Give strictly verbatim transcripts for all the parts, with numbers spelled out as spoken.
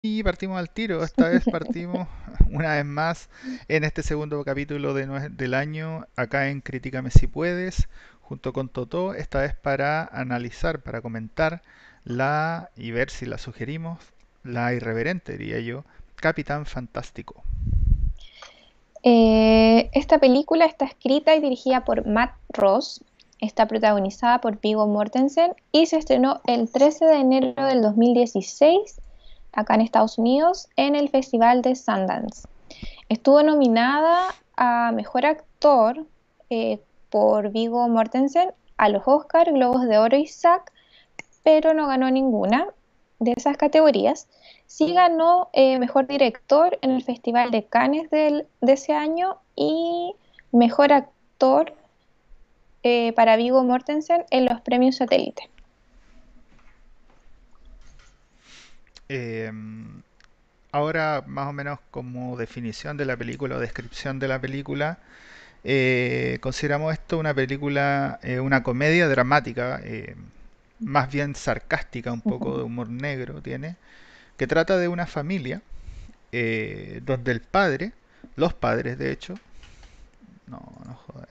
Y partimos al tiro, esta vez partimos una vez más en este segundo capítulo de nue- del año, acá en Critícame si puedes, junto con Totó, esta vez para analizar, para comentar la, y ver si la sugerimos, la irreverente, diría yo, Capitán Fantástico. Eh, esta película está escrita y dirigida por Matt Ross, está protagonizada por Viggo Mortensen y se estrenó el trece de enero del dos mil dieciséis acá en Estados Unidos en el Festival de Sundance. Estuvo nominada a Mejor Actor eh, por Viggo Mortensen a los Oscar, Globos de Oro y S A C, pero no ganó ninguna de esas categorías. Sí ganó eh, Mejor Director en el Festival de Cannes del- de ese año y Mejor Actor eh, para Viggo Mortensen en los premios Satélite. Eh, Ahora, más o menos como definición de la película o descripción de la película, eh, consideramos esto una película, eh, una comedia dramática, eh, más bien sarcástica, un poco de humor negro tiene, que trata de una familia eh, donde el padre, los padres de hecho, no, no joder,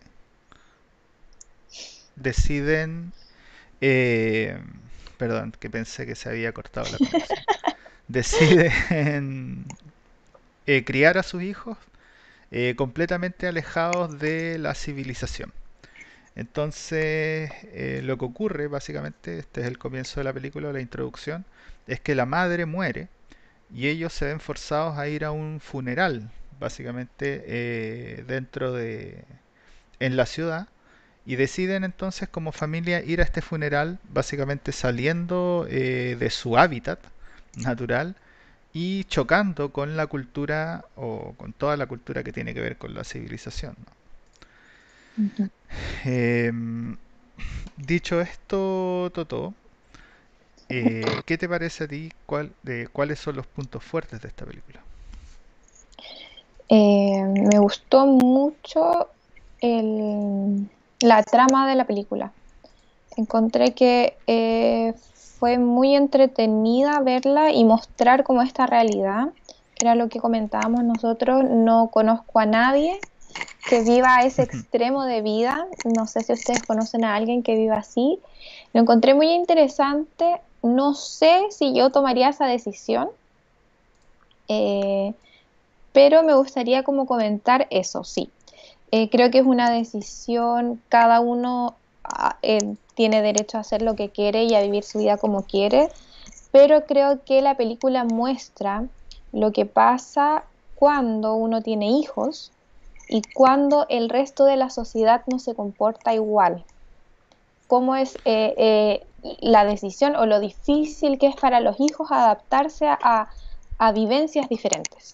deciden, eh, perdón, que pensé que se había cortado la conexión, deciden eh, criar a sus hijos eh, completamente alejados de la civilización. Entonces, eh, lo que ocurre, básicamente, este es el comienzo de la película, la introducción, es que la madre muere y ellos se ven forzados a ir a un funeral, básicamente, eh, dentro de, en la ciudad, y deciden entonces como familia ir a este funeral, básicamente saliendo eh, de su hábitat natural y chocando con la cultura o con toda la cultura que tiene que ver con la civilización, ¿no? Ujú. Eh, Dicho esto, Toto, eh, ¿qué te parece a ti? Cuál, de, ¿Cuáles son los puntos fuertes de esta película? Eh, me gustó mucho el- la trama de la película. Encontré que eh, fue muy entretenida verla y mostrar como esta realidad, que era lo que comentábamos nosotros. No conozco a nadie que viva a ese extremo de vida. No sé si ustedes conocen a alguien que viva así. Lo encontré muy interesante. No sé si yo tomaría esa decisión, eh, pero me gustaría como comentar eso, sí. Eh, creo que es una decisión, cada uno ah, eh, tiene derecho a hacer lo que quiere y a vivir su vida como quiere, pero creo que la película muestra lo que pasa cuando uno tiene hijos y cuando el resto de la sociedad no se comporta igual. Cómo es eh, eh, la decisión o lo difícil que es para los hijos adaptarse a, a vivencias diferentes.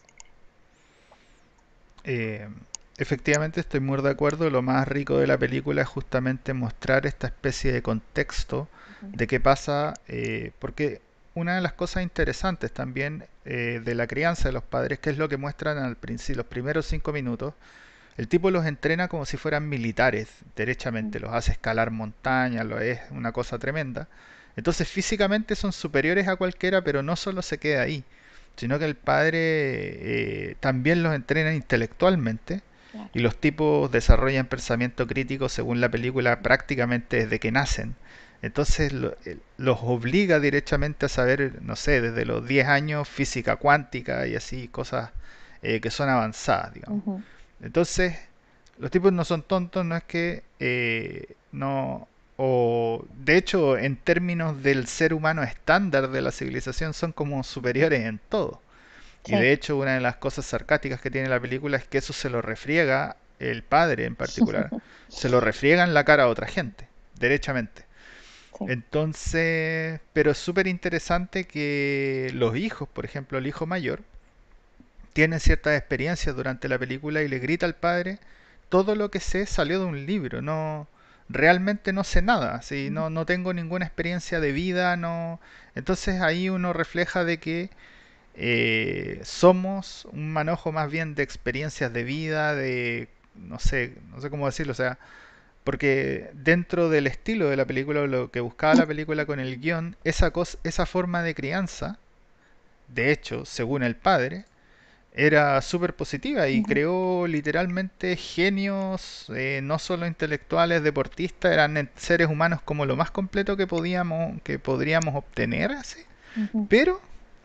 Eh, Efectivamente estoy muy de acuerdo, lo más rico de la película es justamente mostrar esta especie de contexto Ujú. de qué pasa, eh, porque una de las cosas interesantes también eh, de la crianza de los padres, que es lo que muestran al principio, los primeros cinco minutos, el tipo los entrena como si fueran militares, derechamente, los hace escalar montañas, lo es una cosa tremenda. Entonces físicamente son superiores a cualquiera, pero no solo se queda ahí, sino que el padre eh, también los entrena intelectualmente y Claro. los tipos desarrollan pensamiento crítico según la película prácticamente desde que nacen. Entonces lo- eh, los obliga directamente a saber, no sé, desde los diez años física cuántica y así, cosas eh, que son avanzadas, digamos. Ujú. Entonces, los tipos no son tontos, no es que eh, no... O, de hecho, en términos del ser humano estándar de la civilización, son como superiores en todo. Y Sí. de hecho, una de las cosas sarcásticas que tiene la película es que eso se lo refriega, el padre en particular, se lo refriega en la cara a otra gente, derechamente. Sí. Entonces, pero es súper interesante que los hijos, por ejemplo, el hijo mayor, tiene ciertas experiencias durante la película y le grita al padre, todo lo que sé salió de un libro, no realmente no sé nada, ¿sí? Ujú. no, no tengo ninguna experiencia de vida, no. Entonces ahí uno refleja de que eh, somos un manojo más bien de experiencias de vida, de no sé, no sé cómo decirlo, o sea, porque dentro del estilo de la película, lo que buscaba la película con el guión, esa cosa, esa forma de crianza de hecho, según el padre, era súper positiva y Ujú, creó literalmente genios, eh, no solo intelectuales, deportistas, eran en- seres humanos como lo más completo que podíamos, que podríamos obtener, así, ujú, pero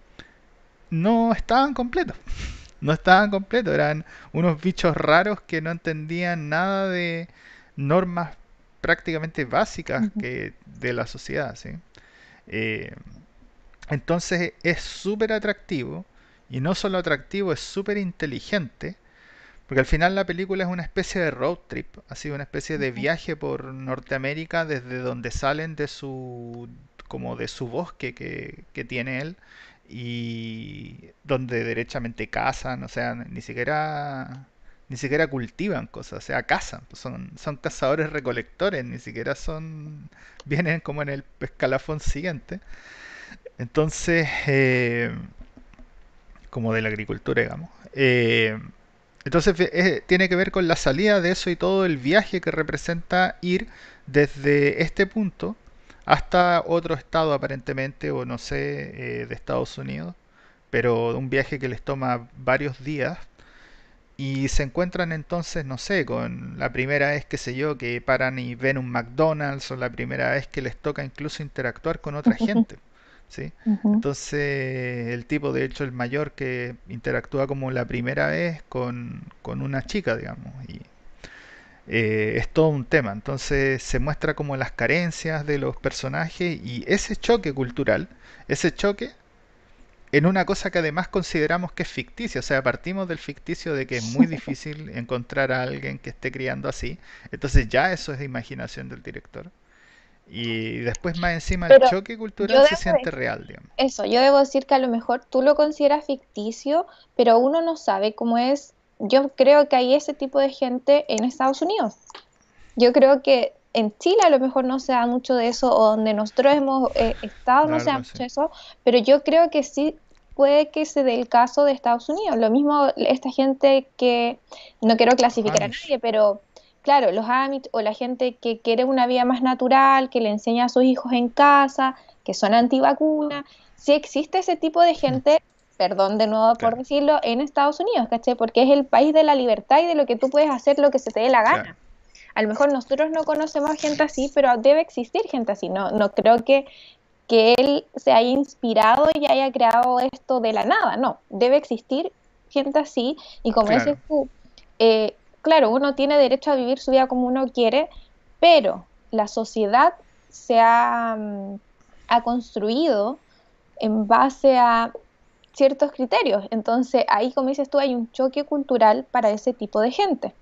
no estaban completos. No estaban completos, eran unos bichos raros que no entendían nada de normas prácticamente básicas ujú. que de la sociedad, ¿sí? Eh, entonces es súper atractivo, y no solo atractivo, es súper inteligente, porque al final la película es una especie de road trip, ha sido una especie de Ujú. viaje por Norteamérica desde donde salen de su como de su bosque que, que tiene él y donde derechamente cazan, o sea, ni siquiera ni siquiera cultivan cosas, o sea, cazan, son, son cazadores recolectores, ni siquiera son vienen como en el escalafón siguiente. Entonces, eh, como de la agricultura, digamos. Eh, entonces eh, tiene que ver con la salida de eso y todo el viaje que representa ir desde este punto hasta otro estado aparentemente, o no sé, eh, de Estados Unidos, pero un viaje que les toma varios días y se encuentran entonces, no sé, con la primera vez, qué sé yo, que paran y ven un McDonald's o la primera vez que les toca incluso interactuar con otra gente, ¿sí? Ujú. Entonces el tipo, de hecho el mayor, que interactúa como la primera vez con, con una chica, digamos, y eh, es todo un tema. Entonces se muestra como las carencias de los personajes y ese choque cultural, ese choque en una cosa que además consideramos que es ficticia, o sea, partimos del ficticio de que es muy difícil encontrar a alguien que esté criando así, entonces ya eso es imaginación del director. Y después más encima el Pero choque yo cultural se debo siente decir real, digamos. eso, yo debo decir que a lo mejor tú lo consideras ficticio, pero uno no sabe cómo es. Yo creo que hay ese tipo de gente en Estados Unidos. Yo creo que en Chile a lo mejor no se da mucho de eso, o donde nosotros hemos eh, estado La no se da verdad, mucho sí. de eso, pero yo creo que sí puede que se dé el caso de Estados Unidos. Lo mismo esta gente que, no quiero Los clasificar a Amish. nadie, pero claro, los Amish o la gente que quiere una vida más natural, que le enseña a sus hijos en casa, que son antivacunas, sí existe ese tipo de gente. Perdón de nuevo por Claro, decirlo, en Estados Unidos, ¿cachai? Porque es el país de la libertad y de lo que tú puedes hacer lo que se te dé la claro, gana. A lo mejor nosotros no conocemos gente así, pero debe existir gente así. No, no creo que, que él se haya inspirado y haya creado esto de la nada. No, debe existir gente así. Y como dices claro, tú, eh, claro, uno tiene derecho a vivir su vida como uno quiere, pero la sociedad se ha, mm, ha construido en base a ciertos criterios. Entonces, ahí, como dices tú, hay un choque cultural para ese tipo de gente.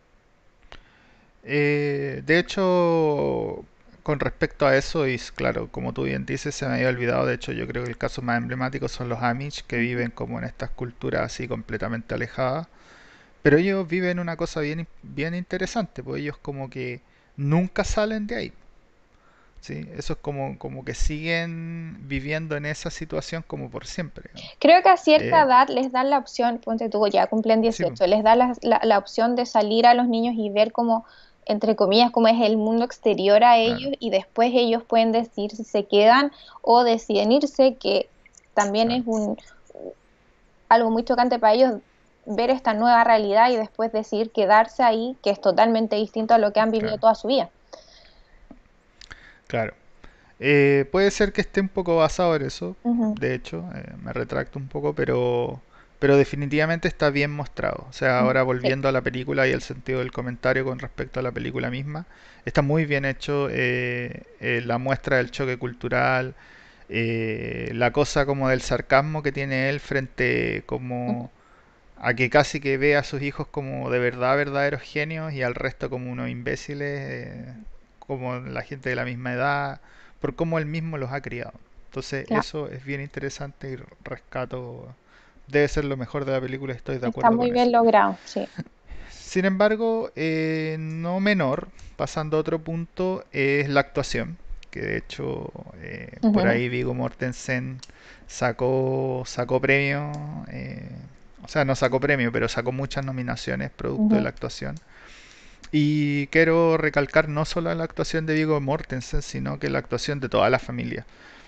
Eh, de hecho, con respecto a eso, y s- claro, como tú bien dices, se me había olvidado, de hecho yo creo que el caso más emblemático son los Amish, que Ujú. viven como en estas culturas así completamente alejadas, pero ellos viven una cosa bien, in- bien interesante, pues ellos como que nunca salen de ahí, ¿sí? Eso es como, como que siguen viviendo en esa situación como por siempre, digamos. Creo que a cierta Eh, edad les dan la opción, ponte tú, ya cumplen sí, pues, dieciocho, les da la, la- la opción de salir a los niños y ver cómo, entre comillas, cómo es el mundo exterior a claro, ellos, y después ellos pueden decidir si se quedan o deciden irse, que también es claro, un, algo muy chocante para ellos ver esta nueva realidad y después decidir quedarse ahí, que es totalmente distinto a lo que han vivido claro, toda su vida. claro. Eh, puede ser que esté un poco basado en eso, Ujú, de hecho, eh, me retracto un poco, pero, pero definitivamente está bien mostrado. O sea, ujú, ahora sí, volviendo a la película y el sentido del comentario con respecto a la película misma, está muy bien hecho eh, eh, la muestra del choque cultural, eh, la cosa como del sarcasmo que tiene él frente ujú, como a que casi que ve a sus hijos como de verdad verdaderos genios y al resto como unos imbéciles, eh, como la gente de la misma edad, por cómo él mismo los ha criado. Entonces claro, eso es bien interesante y rescato, debe ser lo mejor de la película, estoy de está acuerdo muy con eso. bien logrado, sí. Sin embargo, eh, no menor, pasando a otro punto, es la actuación, que de hecho eh, por Ujú, ahí Viggo Mortensen sacó, sacó premio, eh, o sea, no sacó premio, pero sacó muchas nominaciones producto de ujú. la actuación. Y quiero recalcar no solo la actuación de Viggo Mortensen, sino que la actuación de toda la familia.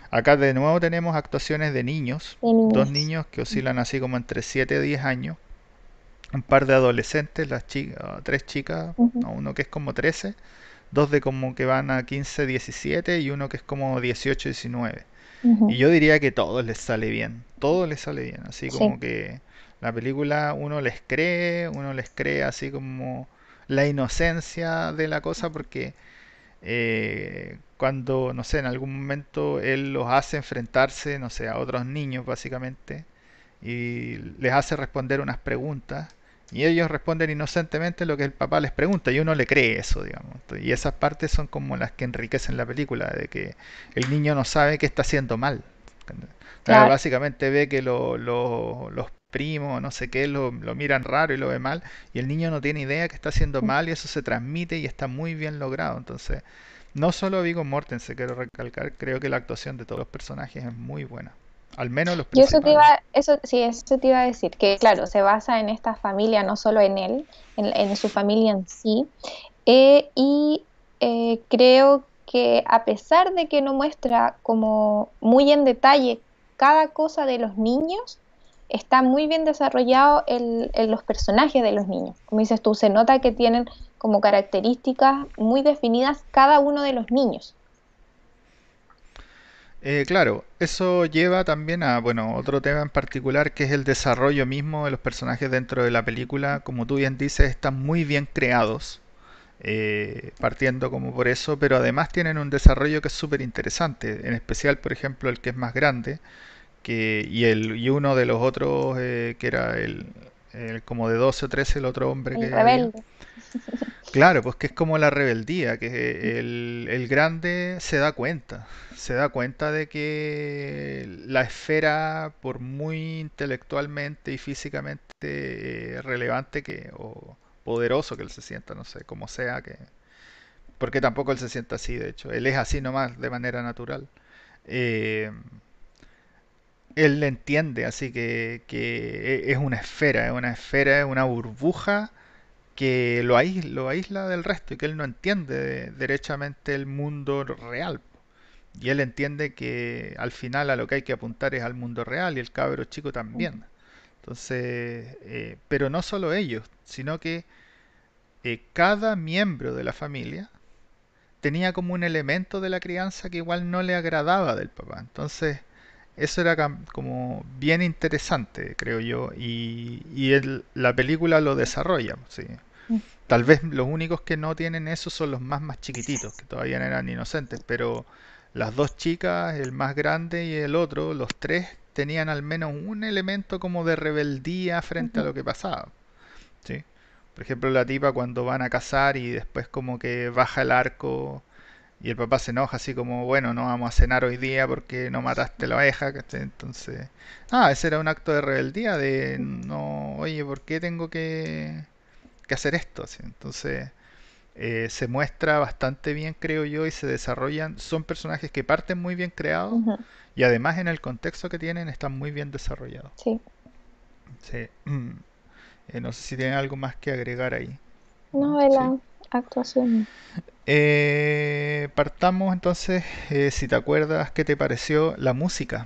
Acá de nuevo tenemos actuaciones de niños, de dos niños. niños que oscilan así como entre siete y diez años, un par de adolescentes, las chicas, tres chicas, Ujú, no, uno que es como trece, dos de como que van a quince, diecisiete y uno que es como dieciocho, diecinueve. Y ujú. yo diría que todo les sale bien, todo les sale bien, así Sí, como que la película uno les cree, uno les cree así como la inocencia de la cosa porque eh, cuando, no sé, en algún momento él los hace enfrentarse, no sé, a otros niños básicamente y les hace responder unas preguntas y ellos responden inocentemente lo que el papá les pregunta y uno le cree eso, digamos. Y esas partes son como las que enriquecen la película, de que el niño no sabe qué está haciendo mal. Claro, claro. básicamente ve que lo- lo- los primos, no sé qué, lo, lo miran raro y lo ve mal, y el niño no tiene idea que está haciendo mal y eso se transmite y está muy bien logrado. Entonces, no solo Viggo Mortensen, quiero recalcar, creo que la actuación de todos los personajes es muy buena, al menos los Y eso te principales. iba, eso, sí, eso te iba a decir, que claro, se basa en esta familia, no solo en él, en, en su familia en sí. Eh, y eh, creo que a pesar de que no muestra como muy en detalle cada cosa de los niños, está muy bien desarrollado el, el- los personajes de los niños. Como dices tú, se nota que tienen como características muy definidas cada uno de los niños. Eh, claro, eso lleva también a, bueno, otro tema en particular que es el desarrollo mismo de los personajes dentro de la película. Como tú bien dices, están muy bien creados, eh, partiendo como por eso, pero además tienen un desarrollo que es súper interesante, en especial, por ejemplo, el que es más grande, que, y, el, y uno de los otros, eh, que era el, el como de doce o trece, el otro hombre El que había. rebelde. Claro, pues que es como la rebeldía, que el, el grande se da cuenta, se da cuenta de que la esfera, por muy intelectualmente y físicamente eh, relevante que, o poderoso que él se sienta, no sé, como sea, que, porque tampoco él se sienta así, de hecho, él es así nomás de manera natural. eh, Él le entiende, así que, que es una esfera, es una esfera, es una burbuja que lo aísla, lo aísla del resto y que él no entiende derechamente el mundo real. Y él entiende que al final a lo que hay que apuntar es al mundo real y el cabro chico también. Entonces, eh, pero no solo ellos, sino que eh, cada miembro de la familia tenía como un elemento de la crianza que igual no le agradaba del papá. Entonces, eso era como bien interesante, creo yo, y, y el- la película lo desarrolla, sí. Tal vez los únicos que no tienen eso son los más más chiquititos, que todavía no eran inocentes, pero las dos chicas, el más grande y el otro, los tres tenían al menos un elemento como de rebeldía frente a Ujú. lo que pasaba, ¿sí? Por ejemplo, la tipa cuando van a cazar y después como que baja el arco y el papá se enoja así como, bueno, no vamos a cenar hoy día porque no mataste la oveja, ¿cachai? Entonces, ah, ese era un acto de rebeldía de, no, oye, ¿por qué tengo que, que hacer esto? ¿Sí? Entonces, eh, se muestra bastante bien, creo yo, y se desarrollan. Son personajes que parten muy bien creados Ujú. y además en el contexto que tienen están muy bien desarrollados. Sí. Sí. Mm. Eh, no sé si tienen algo más que agregar ahí. ¿No? No, de Sí. la actuación. Eh, partamos entonces, eh, si te acuerdas, ¿qué te pareció la música?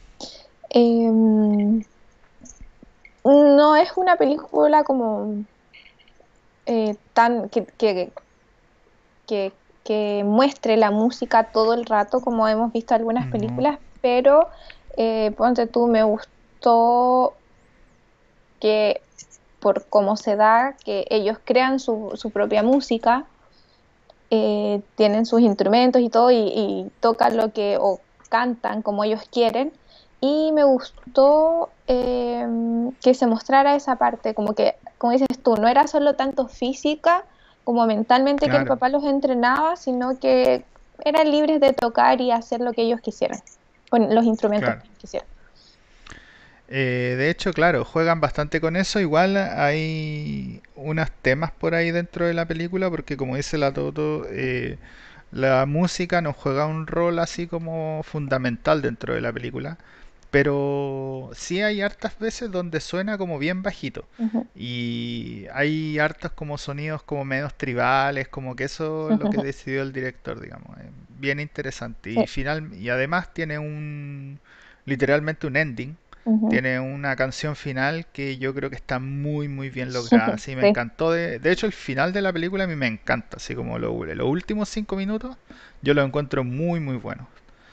Em, no es una película como eh, tan que, que, que, que muestre la música todo el rato como hemos visto algunas No. películas, pero eh, ponte tú, me gustó que por cómo se da, que ellos crean su, su propia música, eh, tienen sus instrumentos y todo, y, y tocan lo que, o cantan como ellos quieren. Y me gustó eh, que se mostrara esa parte, como que, como dices tú, no era solo tanto física como mentalmente que el Claro. papá los entrenaba, sino que eran libres de tocar y hacer lo que ellos quisieran, con los instrumentos Claro. que ellos quisieran. Eh, de hecho, claro, juegan bastante con eso. Igual hay unos temas por ahí dentro de la película, porque como dice la Toto, eh, la música nos juega un rol así como fundamental dentro de la película. pero sí hay hartas veces donde suena como bien bajito. Ujú. Y hay hartos como sonidos como medios tribales, como que eso es lo que decidió el director, digamos. Es bien interesante. Sí. Y final, y además tiene un literalmente un ending. Ujú. Tiene una canción final que yo creo que está muy muy bien lograda. Así me Sí. encantó. De, de hecho, el final de la película a mí me encanta. Así como lo- los últimos cinco minutos, yo lo encuentro muy muy bueno.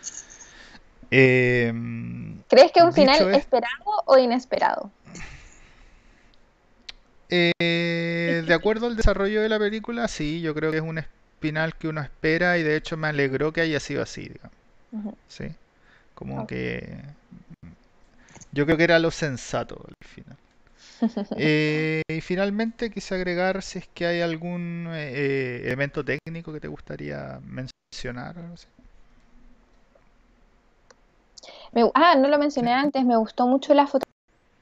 Eh, ¿Crees que un final dicho esto, esperado o inesperado? Eh, de acuerdo al desarrollo de la película, sí, yo creo que es un final que uno espera y de hecho me alegró que haya sido así, digamos. Ujú. Sí, como Ok. que yo creo que era lo sensato al final. Eh, y finalmente quise agregar si es que hay algún eh, elemento técnico que te gustaría mencionar o algo así. Me- ah, no lo Sí, mencioné antes, me gustó mucho la foto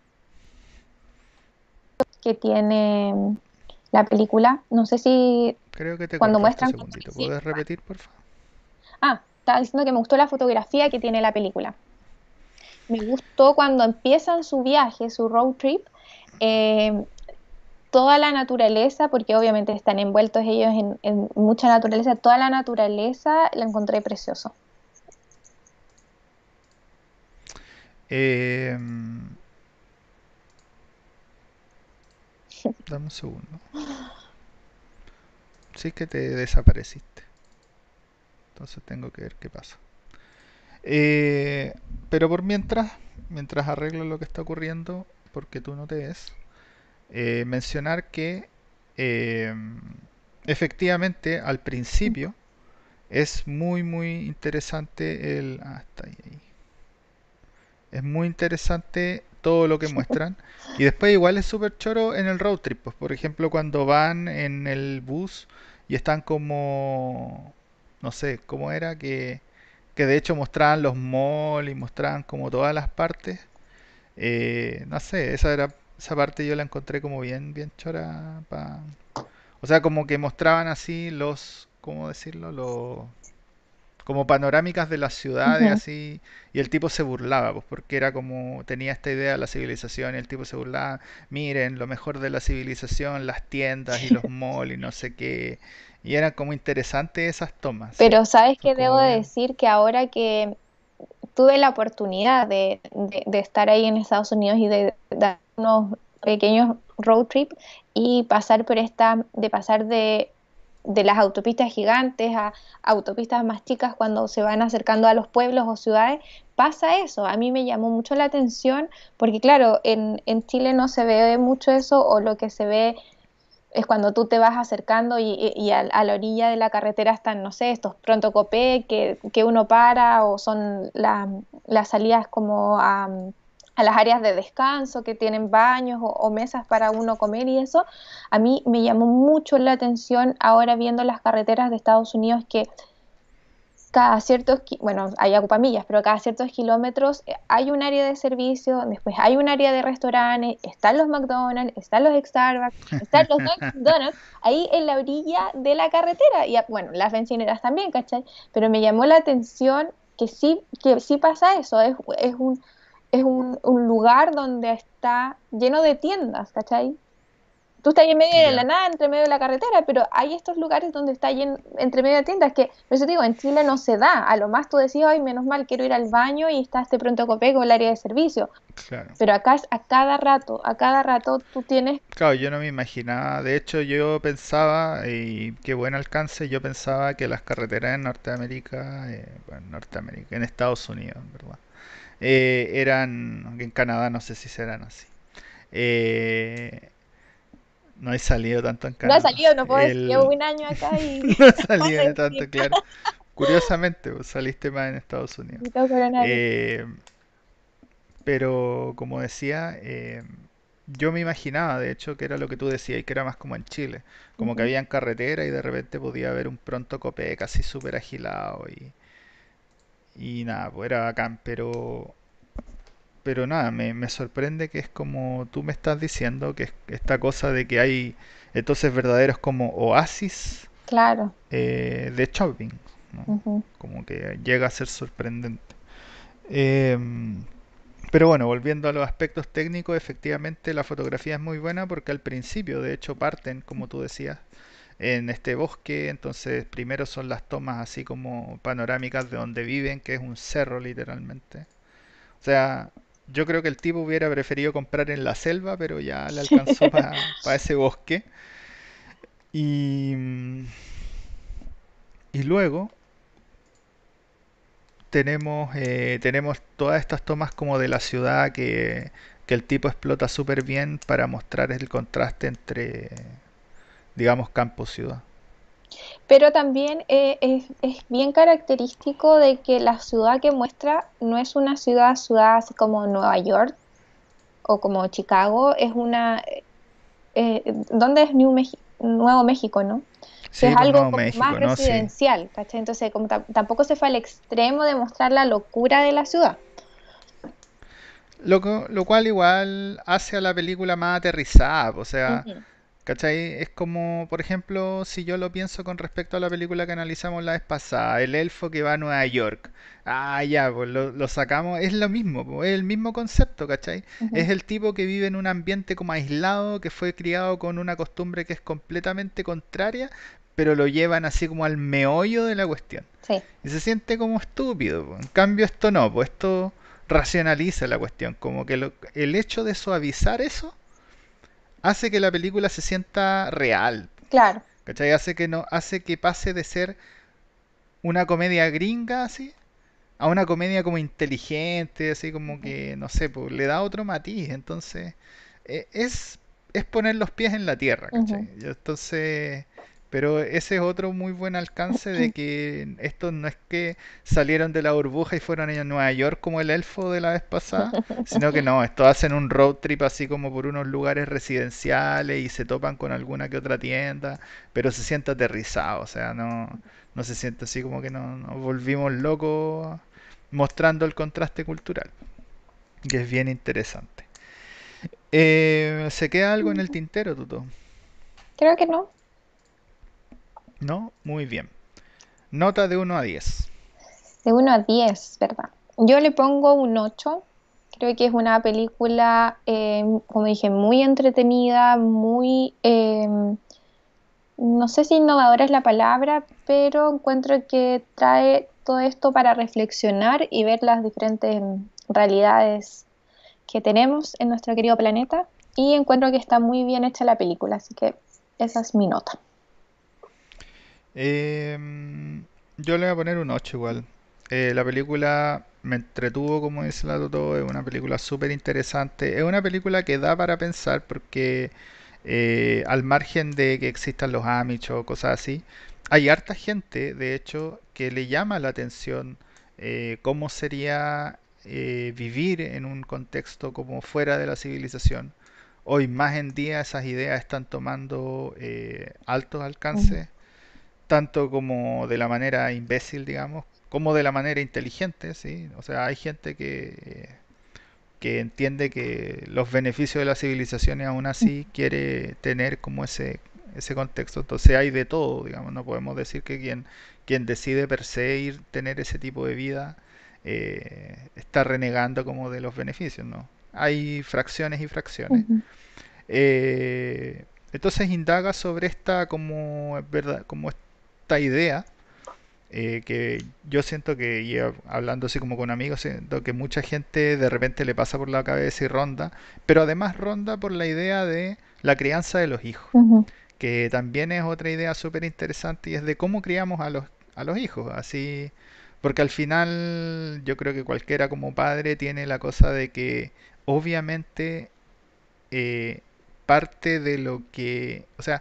que tiene mm, la película. No sé si creo que te cuando cortaste un muestran cómo segundito. inicia. ¿Puedes repetir, por favor? Ah, estaba diciendo que me gustó la fotografía que tiene la película. Me gustó cuando empiezan su viaje, su road trip, eh, toda la naturaleza, porque obviamente están envueltos ellos en, en mucha naturaleza, toda la naturaleza la encontré precioso. Eh, dame un segundo. Sí que te desapareciste. Entonces tengo que ver qué pasa. Eh, pero por mientras, mientras arreglo lo que está ocurriendo, porque tú no te ves, eh, mencionar que eh, efectivamente al principio es muy muy interesante el... Ah, está ahí, ahí. Es muy interesante todo lo que muestran. Y después igual es súper choro en el road trip. Pues, por ejemplo, cuando van en el bus y están como... No sé, ¿cómo era? Que, que de hecho mostraban los malls y mostraban como todas las partes. Eh, no sé, esa era esa parte yo la encontré como bien, bien chora. Pa... O sea, como que mostraban así los... ¿Cómo decirlo? Los como panorámicas de las ciudades Ujú. así, y el tipo se burlaba, pues porque era como, tenía esta idea de la civilización y el tipo se burlaba, miren, lo mejor de la civilización, las tiendas y los malls y no sé qué, y eran como interesantes esas tomas, sí, Pero sabes son que debo como de bien, decir que ahora que tuve la oportunidad de, de- de estar ahí en Estados Unidos y de dar unos pequeños road trip y pasar por esta, de pasar de, de las autopistas gigantes a autopistas más chicas cuando se van acercando a los pueblos o ciudades, pasa eso. A mí me llamó mucho la atención porque claro, en, en Chile no se ve mucho eso o lo que se ve es cuando tú te vas acercando y, y- y a, a la orilla de la carretera están, no sé, estos pronto copé que, que uno para o son la- las salidas como a, a las áreas de descanso que tienen baños o, o mesas para uno comer y eso. A mí me llamó mucho la atención ahora viendo las carreteras de Estados Unidos que cada ciertos, ki- bueno, hay ocupamillas, pero cada ciertos kilómetros eh, hay un área de servicio, después hay un área de restaurantes, están los McDonald's, están los Starbucks, están los Dunkin' Donuts, ahí en la orilla de la carretera, y ah, bueno, las bencineras también, ¿cachai? Pero me llamó la atención que sí, que sí pasa eso, es, es un, es un, un lugar donde está lleno de tiendas, ¿cachai? Tú estás en medio de la ya. nada, entre medio de la carretera, pero hay estos lugares donde está lleno, entre medio de tiendas que, por eso te digo, en Chile no se da. A lo más tú decís, ay, menos mal, quiero ir al baño y está este pronto copé con el área de servicio. Claro. Pero acá es a cada rato, a cada rato tú tienes, Claro, yo no me imaginaba, de hecho yo pensaba, y qué buen alcance, yo pensaba que las carreteras en Norteamérica, eh, bueno, en Norteamérica, en Estados Unidos, ¿verdad? Eh, eran, en Canadá no sé si serán así. Eh, no he salido tanto en no ha Canadá. salido, no puedo decir, llevo El... un año acá y no he puedo salido de decir, tanto, claro. Curiosamente, pues, saliste más en Estados Unidos. y todo coronavirus. Eh, pero como decía, eh, yo me imaginaba, de hecho, que era lo que tú decías, y que era más como en Chile. Como que Ujú. habían carretera y de repente podía haber un pronto copé casi súper agilado y, y nada, pues era bacán, pero pero nada, me, me sorprende que es como tú me estás diciendo, que es esta cosa de que hay entonces verdaderos como oasis Claro. eh, de shopping, ¿no? Ujú. Como que llega a ser sorprendente. Eh, Pero bueno, volviendo a los aspectos técnicos, efectivamente la fotografía es muy buena porque al principio, de hecho, parten, como tú decías, en este bosque, entonces primero son las tomas así como panorámicas de donde viven, que es un cerro literalmente. O sea, yo creo que el tipo hubiera preferido comprar en la selva, pero ya le alcanzó para pa ese bosque. Y, y luego tenemos, eh, tenemos todas estas tomas como de la ciudad que, que el tipo explota súper bien para mostrar el contraste entre, digamos, campo-ciudad. Pero también eh, es, es bien característico de que la ciudad que muestra no es una ciudad, ciudad así como Nueva York o como Chicago, es una, eh, ¿dónde es New Meji- Nuevo México, no? Que Sí, es pues algo Nuevo como más México, ¿no? Sí. residencial, ¿cachai? Entonces, como tam- tampoco se fue al extremo de mostrar la locura de la ciudad. Lo, cu- lo cual igual hace a la película más aterrizada, o sea, Ujú. ¿cachai? Es como, por ejemplo, si yo lo pienso con respecto a la película que analizamos la vez pasada, el elfo que va a Nueva York. Ah, ya, pues lo, lo sacamos, es lo mismo, pues, es el mismo concepto, ¿cachai? Es Ujú. el tipo que vive en un ambiente como aislado, que fue criado con una costumbre que es completamente contraria, pero lo llevan así como al meollo de la cuestión. Sí, Y se siente como estúpido, pues. En cambio esto no, pues esto racionaliza la cuestión, como que lo- el hecho de suavizar eso hace que la película se sienta real. claro. ¿Cachai? Hace que no, hace que pase de ser una comedia gringa así a una comedia como inteligente, así como Ujú. que, no sé, pues le da otro matiz. Entonces, eh, es, es poner los pies en la tierra, Ujú. ¿cachai? Y entonces, pero ese es otro muy buen alcance de que estos no es que salieron de la burbuja y fueron a Nueva York como el elfo de la vez pasada, sino que no, estos hacen un road trip así como por unos lugares residenciales y se topan con alguna que otra tienda, pero se siente aterrizado, o sea, no, no se siente así como que no- nos volvimos locos mostrando el contraste cultural, que es bien interesante. Eh, ¿Se queda algo en el tintero, Tuto? Creo que no. ¿No? Muy bien. Nota de uno a diez. De uno a diez, ¿verdad? Yo le pongo un ocho. Creo que es una película, eh, como dije, muy entretenida, muy, eh, no sé si innovadora es la palabra, pero encuentro que trae todo esto para reflexionar y ver las diferentes mm, realidades que tenemos en nuestro querido planeta. Y encuentro que está muy bien hecha la película, así que esa es mi nota. Eh, yo le voy a poner un ocho igual. Eh, la película me entretuvo, como dice la Toto, es una película súper interesante. Es una película que da para pensar porque eh, al margen de que existan los Amish o cosas así, hay harta gente, de hecho, que le llama la atención eh, cómo sería eh, vivir en un contexto como fuera de la civilización. Hoy más en día esas ideas están tomando eh, altos Ujú. alcances tanto como de la manera imbécil, digamos, como de la manera inteligente, ¿sí? O sea, hay gente que, que entiende que los beneficios de la civilización y aún así quiere tener como ese, ese contexto. Entonces hay de todo, digamos, no podemos decir que quien, quien decide per se ir tener ese tipo de vida eh, está renegando como de los beneficios, ¿no? Hay fracciones y fracciones. Ujú. Eh, entonces indaga sobre esta como, verdad, como esta idea eh, que yo siento que, y hablando así como con amigos, siento que mucha gente de repente le pasa por la cabeza y ronda, pero además ronda por la idea de la crianza de los hijos, Ujú. que también es otra idea súper interesante y es de cómo criamos a los, a los hijos, así, porque al final yo creo que cualquiera como padre tiene la cosa de que obviamente eh, parte de lo que, o sea,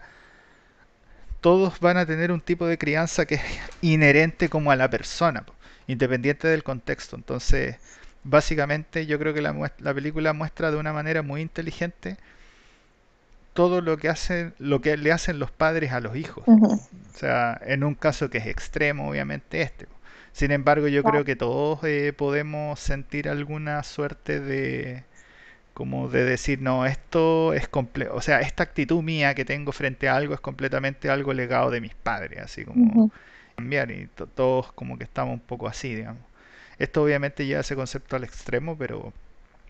todos van a tener un tipo de crianza que es inherente como a la persona, po, independiente del contexto. Entonces, básicamente yo creo que la, muest- la película muestra de una manera muy inteligente todo lo que hacen, lo que le hacen los padres a los hijos, Ujú. digamos. O sea, en un caso que es extremo, obviamente este. Po. Sin embargo, yo creo Claro. que todos eh, podemos sentir alguna suerte de, como de decir, no, esto es comple o sea, esta actitud mía que tengo frente a algo es completamente algo legado de mis padres, así como Ujú. cambiar y to- todos como que estamos un poco así, digamos. Esto obviamente lleva ese concepto al extremo, pero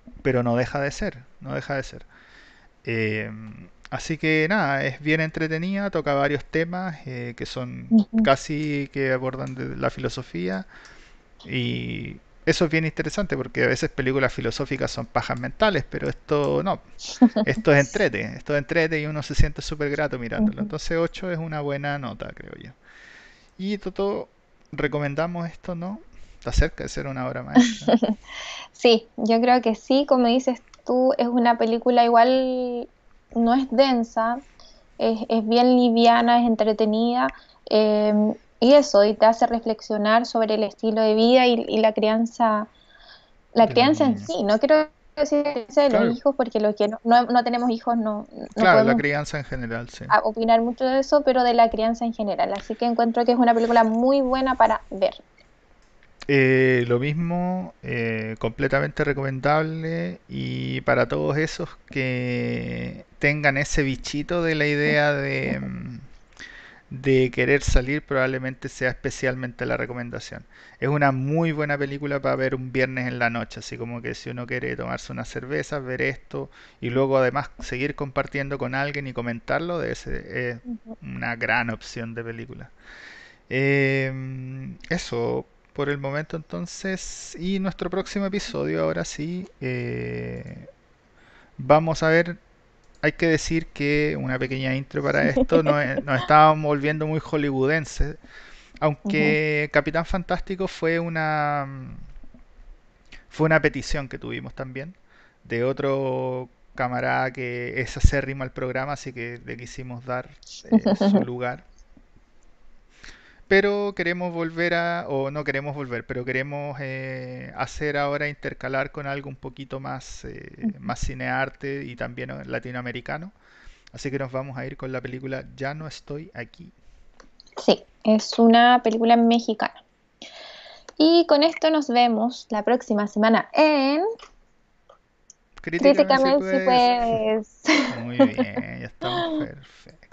pero no deja de ser, no deja de ser. Eh, Así que nada, es bien entretenida, toca varios temas eh, que son Ujú. casi que abordan de la filosofía y eso es bien interesante porque a veces películas filosóficas son pajas mentales, pero esto no, esto es entrete, esto es entrete y uno se siente súper grato mirándolo. Ujú. Entonces ocho es una buena nota, creo yo. Y Toto, recomendamos esto, ¿no? Está cerca de ser una obra maestra. Sí, yo creo que sí, como dices tú, es una película igual, no es densa, es, es bien liviana, es entretenida, eh, y eso, y te hace reflexionar sobre el estilo de vida y, y la crianza, la De los crianza en niños. sí. No quiero decir la crianza de los Claro, hijos, porque los que no, no, no tenemos hijos no, no claro, la podemos crianza en general, sí. a- opinar mucho de eso, pero de la crianza en general. Así que encuentro que es una película muy buena para ver. Eh, lo mismo, eh, completamente recomendable y para todos esos que tengan ese bichito de la idea de, mm, de querer salir, probablemente sea especialmente la recomendación. Es una muy buena película para ver un viernes en la noche, así como que si uno quiere tomarse una cerveza, ver esto y luego además seguir compartiendo con alguien y comentarlo, debe ser, es Ujú. una gran opción de película. Eh, eso por el momento entonces. Y nuestro próximo episodio, ahora sí, eh, vamos a ver. Hay que decir que una pequeña intro para esto, nos, nos estábamos volviendo muy hollywoodenses. Ujú. Aunque Capitán Fantástico fue una, fue una petición que tuvimos también de otro camarada que es acérrimo al programa, así que le quisimos dar eh, su lugar. Pero queremos volver a, o no queremos volver, pero queremos eh, hacer ahora intercalar con algo un poquito más, eh, más cinearte y también eh, latinoamericano. Así que nos vamos a ir con la película Ya no estoy aquí. Sí, es una película mexicana. Y con esto nos vemos la próxima semana en Críticame si Críticamente si puedes. puedes. Muy bien, ya estamos perfectos.